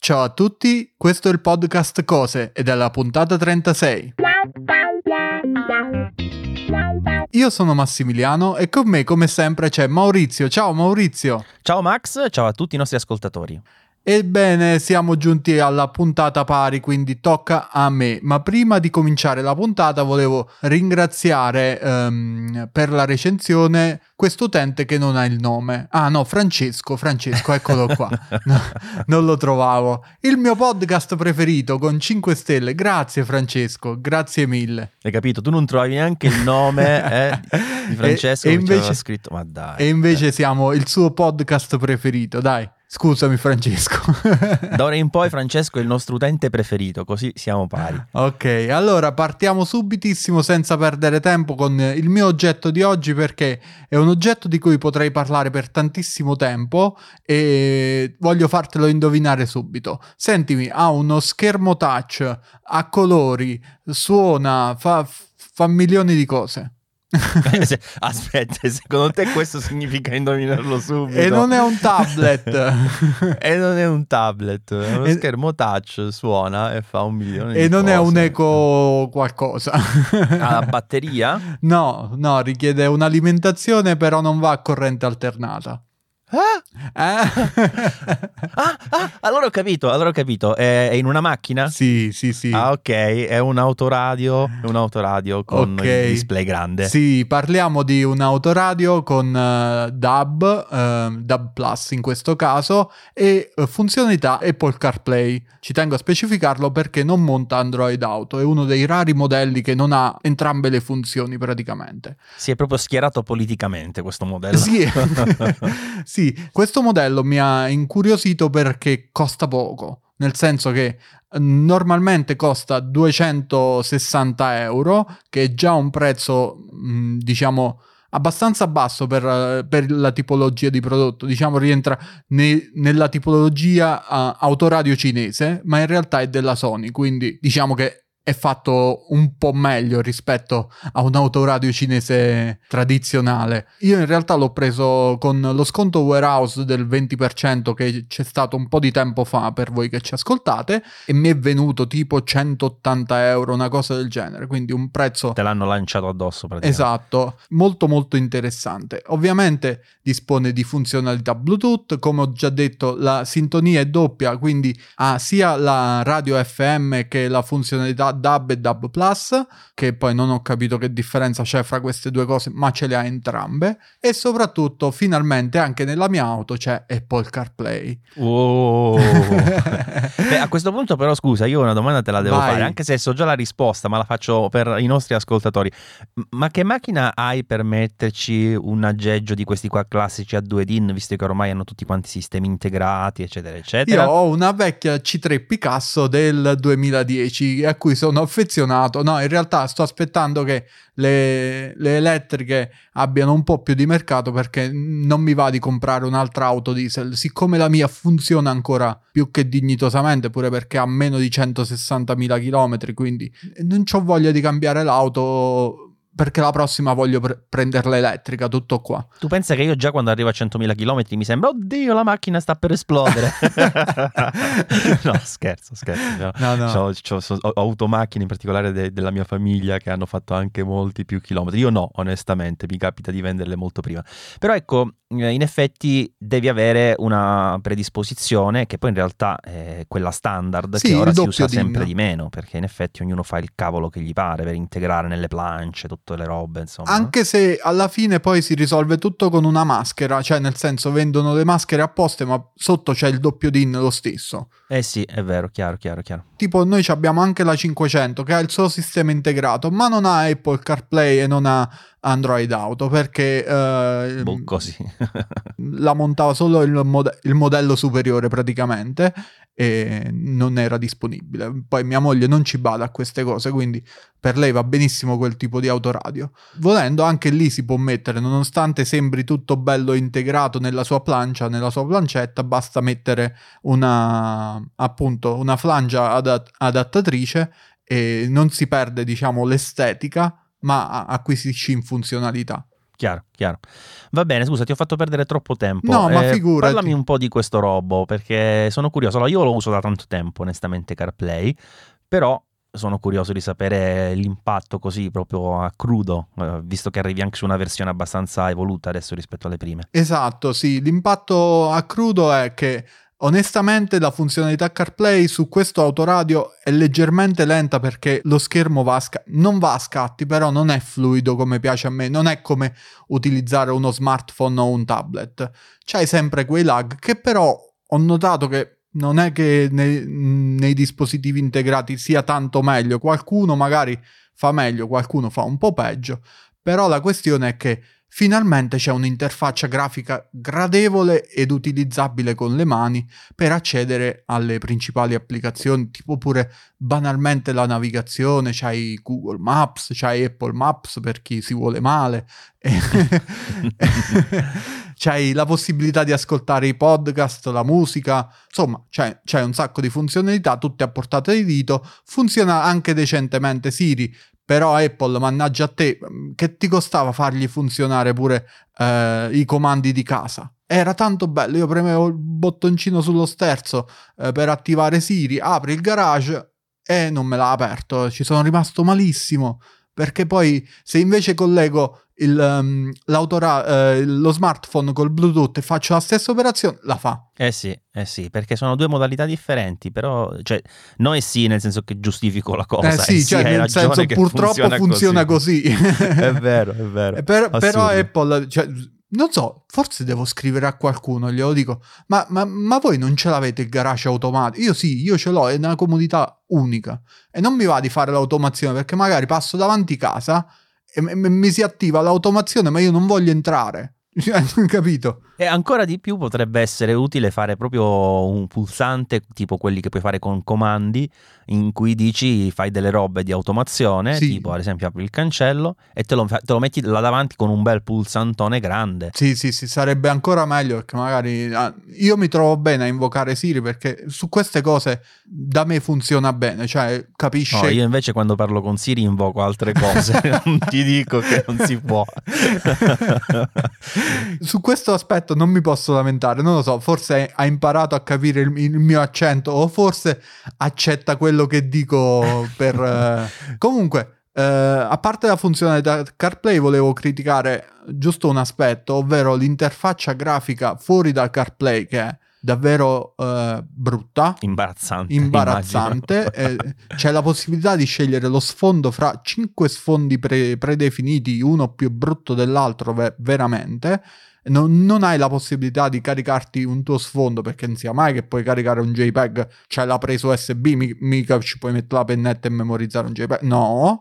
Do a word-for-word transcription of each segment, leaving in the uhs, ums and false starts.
Ciao a tutti, questo è il podcast Cose ed è la puntata trentasei. Io sono Massimiliano e con me come sempre c'è Maurizio. Ciao Maurizio. Ciao Max, ciao a tutti i nostri ascoltatori. Ebbene, siamo giunti alla puntata pari, quindi tocca a me. Ma prima di cominciare la puntata volevo ringraziare um, per la recensione questo utente che non ha il nome. Ah no, Francesco, Francesco, eccolo qua. No, non lo trovavo. Il mio podcast preferito con cinque stelle. Grazie Francesco, grazie mille. Hai capito? Tu non trovavi neanche il nome eh, di Francesco e, e invece, che c'era scritto. Ma dai. E invece eh. siamo il suo podcast preferito, dai. Scusami Francesco. Da ora in poi Francesco è il nostro utente preferito, così siamo pari. Ok, allora partiamo subitissimo senza perdere tempo con il mio oggetto di oggi, perché è un oggetto di cui potrei parlare per tantissimo tempo e voglio fartelo indovinare subito. Sentimi, ha uno schermo touch, a colori, suona, fa, fa milioni di cose. Aspetta, secondo te questo significa indovinarlo subito? E non è un tablet. E non è un tablet, è uno e... schermo touch, suona e fa un milione e di cose. E non è un eco qualcosa. Ha la batteria? No, no, richiede un'alimentazione, però non va a corrente alternata. Ah? Ah? ah, ah, allora ho capito, allora ho capito. È, è in una macchina? Sì, sì, sì. Ah, ok, è un autoradio, un autoradio con okay. il display grande. Sì, parliamo di un autoradio con uh, D A B, uh, D A B Plus in questo caso, e uh, funzionalità Apple CarPlay. Ci tengo a specificarlo perché non monta Android Auto, è uno dei rari modelli che non ha entrambe le funzioni praticamente. Si è proprio schierato politicamente questo modello. Sì, sì. Sì, questo modello mi ha incuriosito perché costa poco, nel senso che normalmente costa duecentosessanta euro, che è già un prezzo, mh, diciamo, abbastanza basso per, per la tipologia di prodotto. Diciamo rientra ne, nella tipologia uh, autoradio cinese, ma in realtà è della Sony, quindi diciamo che è fatto un po' meglio rispetto a un autoradio cinese tradizionale. Io in realtà l'ho preso con lo sconto warehouse del venti per cento che c'è stato un po' di tempo fa per voi che ci ascoltate, e mi è venuto tipo centottanta euro, una cosa del genere, quindi un prezzo... Te l'hanno lanciato addosso praticamente. Esatto, molto molto interessante. Ovviamente dispone di funzionalità Bluetooth, come ho già detto la sintonia è doppia, quindi ha sia la radio F M che la funzionalità D A B e D A B Plus, che poi non ho capito che differenza c'è fra queste due cose, ma ce le ha entrambe, e soprattutto finalmente anche nella mia auto c'è Apple CarPlay. Oh. Beh, a questo punto però scusa, io una domanda te la devo Vai. fare, anche se so già la risposta, ma la faccio per i nostri ascoltatori. Ma che macchina hai per metterci un aggeggio di questi qua classici a due D I N, visto che ormai hanno tutti quanti sistemi integrati eccetera eccetera? Io ho una vecchia C tre Picasso del duemiladieci a cui sono affezionato. No, in realtà sto aspettando che le, le elettriche abbiano un po' più di mercato, perché non mi va di comprare un'altra auto diesel, siccome la mia funziona ancora più che dignitosamente, pure perché ha meno di centosessantamila chilometri, quindi non c'ho voglia di cambiare l'auto, perché la prossima voglio pre- prenderla elettrica, tutto qua. Tu pensa che io già quando arrivo a centomila chilometri mi sembra, oddio, la macchina sta per esplodere. No, scherzo, scherzo. No, no. C'ho, c'ho, c'ho, ho avuto macchine in particolare de- della mia famiglia che hanno fatto anche molti più chilometri. Io no, onestamente, mi capita di venderle molto prima. Però ecco, in effetti devi avere una predisposizione che poi in realtà è quella standard, sì, che ora si usa sempre di meno, perché in effetti ognuno fa il cavolo che gli pare per integrare nelle planche tutte le robe, insomma. Anche se alla fine poi si risolve tutto con una maschera, cioè nel senso vendono le maschere apposte, ma sotto c'è il doppio D I N lo stesso. Eh sì, è vero, chiaro, chiaro, chiaro. Tipo noi abbiamo anche la cinquecento che ha il suo sistema integrato, ma non ha Apple CarPlay e non ha Android Auto, perché eh, boh, così. la montava solo il, mod- il modello superiore praticamente, e non era disponibile. Poi mia moglie non ci bada a queste cose, quindi per lei va benissimo quel tipo di autoradio. Volendo anche lì si può mettere, nonostante sembri tutto bello integrato nella sua plancia, nella sua plancetta, basta mettere una, appunto, una flangia adat- adattatrice e non si perde, diciamo, l'estetica, ma acquisisci in funzionalità. Chiaro, chiaro. Va bene, scusa, ti ho fatto perdere troppo tempo. No, ma eh, figurati. Parlami un po' di questo robo, perché sono curioso. Allora, io lo uso da tanto tempo, onestamente, CarPlay, però sono curioso di sapere l'impatto così proprio a crudo, eh, visto che arrivi anche su una versione abbastanza evoluta adesso rispetto alle prime. Esatto, sì, l'impatto a crudo è che onestamente la funzionalità CarPlay su questo autoradio è leggermente lenta perché lo schermo va a sc- non va a scatti, però non è fluido come piace a me, non è come utilizzare uno smartphone o un tablet. C'hai sempre quei lag che però ho notato che non è che nei, nei dispositivi integrati sia tanto meglio, qualcuno magari fa meglio, qualcuno fa un po' peggio, però la questione è che finalmente c'è un'interfaccia grafica gradevole ed utilizzabile con le mani per accedere alle principali applicazioni, tipo pure banalmente la navigazione, c'hai Google Maps, c'hai Apple Maps per chi si vuole male, c'hai la possibilità di ascoltare i podcast, la musica, insomma c'è, c'è un sacco di funzionalità, tutte a portata di dito, funziona anche decentemente Siri. Però Apple, mannaggia a te, che ti costava fargli funzionare pure eh, i comandi di casa? Era tanto bello, io premevo il bottoncino sullo sterzo eh, per attivare Siri, apri il garage e non me l'ha aperto, ci sono rimasto malissimo, perché poi se invece collego il, um, l'autora, eh, lo smartphone col Bluetooth e faccio la stessa operazione, la fa. Eh sì, eh sì, perché sono due modalità differenti, però, cioè, no e sì, nel senso che giustifico la cosa. Eh sì, sì, cioè, nel senso che purtroppo funziona, funziona così. così. È vero, è vero. Per, però Apple, cioè, non so, forse devo scrivere a qualcuno, glielo dico, ma, ma, ma voi non ce l'avete il garage automatico? Io sì, io ce l'ho, è una comodità unica. E non mi va di fare l'automazione, perché magari passo davanti casa e m- mi si attiva l'automazione, ma io non voglio entrare. Capito? E ancora di più potrebbe essere utile fare proprio un pulsante tipo quelli che puoi fare con comandi, in cui dici fai delle robe di automazione, sì. tipo ad esempio apri il cancello e te lo, te lo metti là davanti con un bel pulsantone grande. Sì, sì, sì, sarebbe ancora meglio, perché magari ah, io mi trovo bene a invocare Siri, perché su queste cose da me funziona bene, cioè capisce. No, io invece quando parlo con Siri invoco altre cose, non ti dico che non si può. Su questo aspetto non mi posso lamentare, non lo so, forse ha imparato a capire il, il mio accento o forse accetta quello che dico per... Uh... Comunque, uh, a parte la funzionalità CarPlay, volevo criticare giusto un aspetto, ovvero l'interfaccia grafica fuori dal CarPlay, che è davvero uh, brutta, imbarazzante, imbarazzante. eh, c'è la possibilità di scegliere lo sfondo fra cinque sfondi pre- predefiniti, uno più brutto dell'altro, ve- veramente. Non, non hai la possibilità di caricarti un tuo sfondo, perché non sia mai che puoi caricare un JPEG, c'è la presa U S B, mi- mica ci puoi mettere la pennetta e memorizzare un JPEG, no.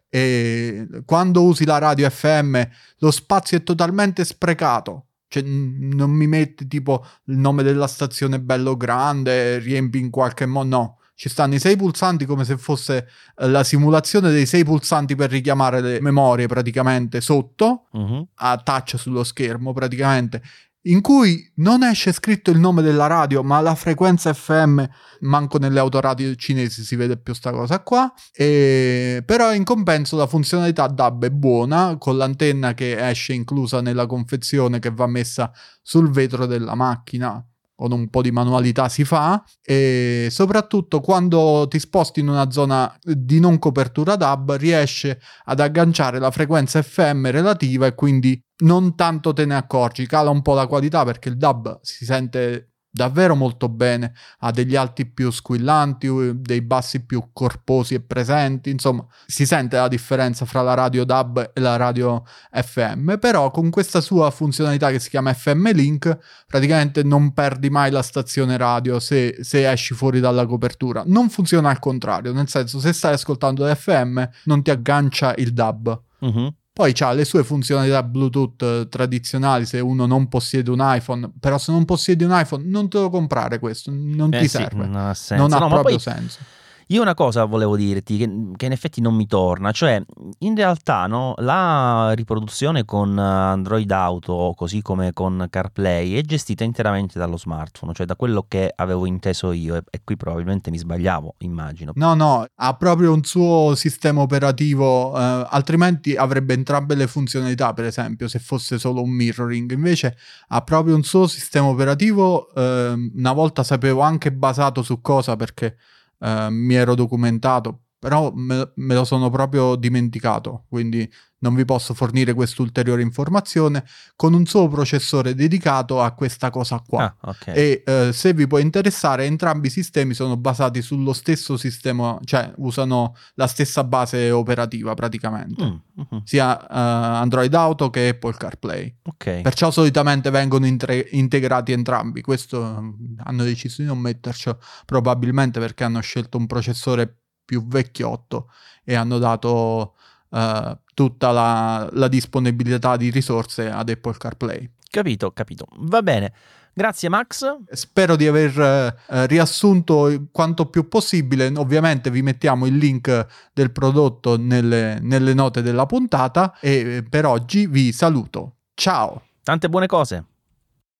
E quando usi la radio F M lo spazio è totalmente sprecato. Cioè, non mi metti tipo il nome della stazione bello grande, riempi in qualche modo, no. Ci stanno i sei pulsanti come se fosse la simulazione dei sei pulsanti per richiamare le memorie praticamente sotto, uh-huh. a touch sullo schermo praticamente, in cui non esce scritto il nome della radio, ma la frequenza F M, manco nelle autoradio cinesi si vede più sta cosa qua, e... però in compenso la funzionalità D A B è buona, con l'antenna che esce inclusa nella confezione che va messa sul vetro della macchina, con un po' di manualità si fa, e soprattutto quando ti sposti in una zona di non copertura D A B riesce ad agganciare la frequenza F M relativa e quindi non tanto te ne accorgi, cala un po' la qualità perché il D A B si sente davvero molto bene, ha degli alti più squillanti, dei bassi più corposi e presenti, insomma si sente la differenza fra la radio D A B e la radio F M, però con questa sua funzionalità che si chiama F M Link praticamente non perdi mai la stazione radio se, se esci fuori dalla copertura. Non funziona al contrario, nel senso se stai ascoltando F M non ti aggancia il D A B. Uh-huh. Poi c'ha le sue funzionalità Bluetooth tradizionali se uno non possiede un iPhone, però se non possiedi un iPhone non te lo comprare questo, non eh ti sì, serve, non ha senso, non ha no, proprio poi... senso. Io una cosa volevo dirti che, che in effetti non mi torna, cioè in realtà no, la riproduzione con Android Auto, così come con CarPlay, è gestita interamente dallo smartphone, cioè da quello che avevo inteso io, e, e qui probabilmente mi sbagliavo, immagino. No, no, ha proprio un suo sistema operativo, eh, altrimenti avrebbe entrambe le funzionalità, per esempio, se fosse solo un mirroring. Invece ha proprio un suo sistema operativo, eh, una volta sapevo anche basato su cosa, perché Uh, mi ero documentato, però me, me lo sono proprio dimenticato, quindi non vi posso fornire quest'ulteriore informazione, con un suo processore dedicato a questa cosa qua. Ah, okay. E uh, se vi può interessare, entrambi i sistemi sono basati sullo stesso sistema, cioè usano la stessa base operativa praticamente, mm, uh-huh. sia uh, Android Auto che Apple CarPlay. Okay. Perciò solitamente vengono intre- integrati entrambi. Questo hanno deciso di non metterci, probabilmente perché hanno scelto un processore più vecchiotto e hanno dato uh, tutta la, la disponibilità di risorse ad Apple CarPlay. Capito, capito. Va bene. Grazie Max. Spero di aver eh, riassunto quanto più possibile. Ovviamente vi mettiamo il link del prodotto nelle, nelle note della puntata e per oggi vi saluto. Ciao. Tante buone cose.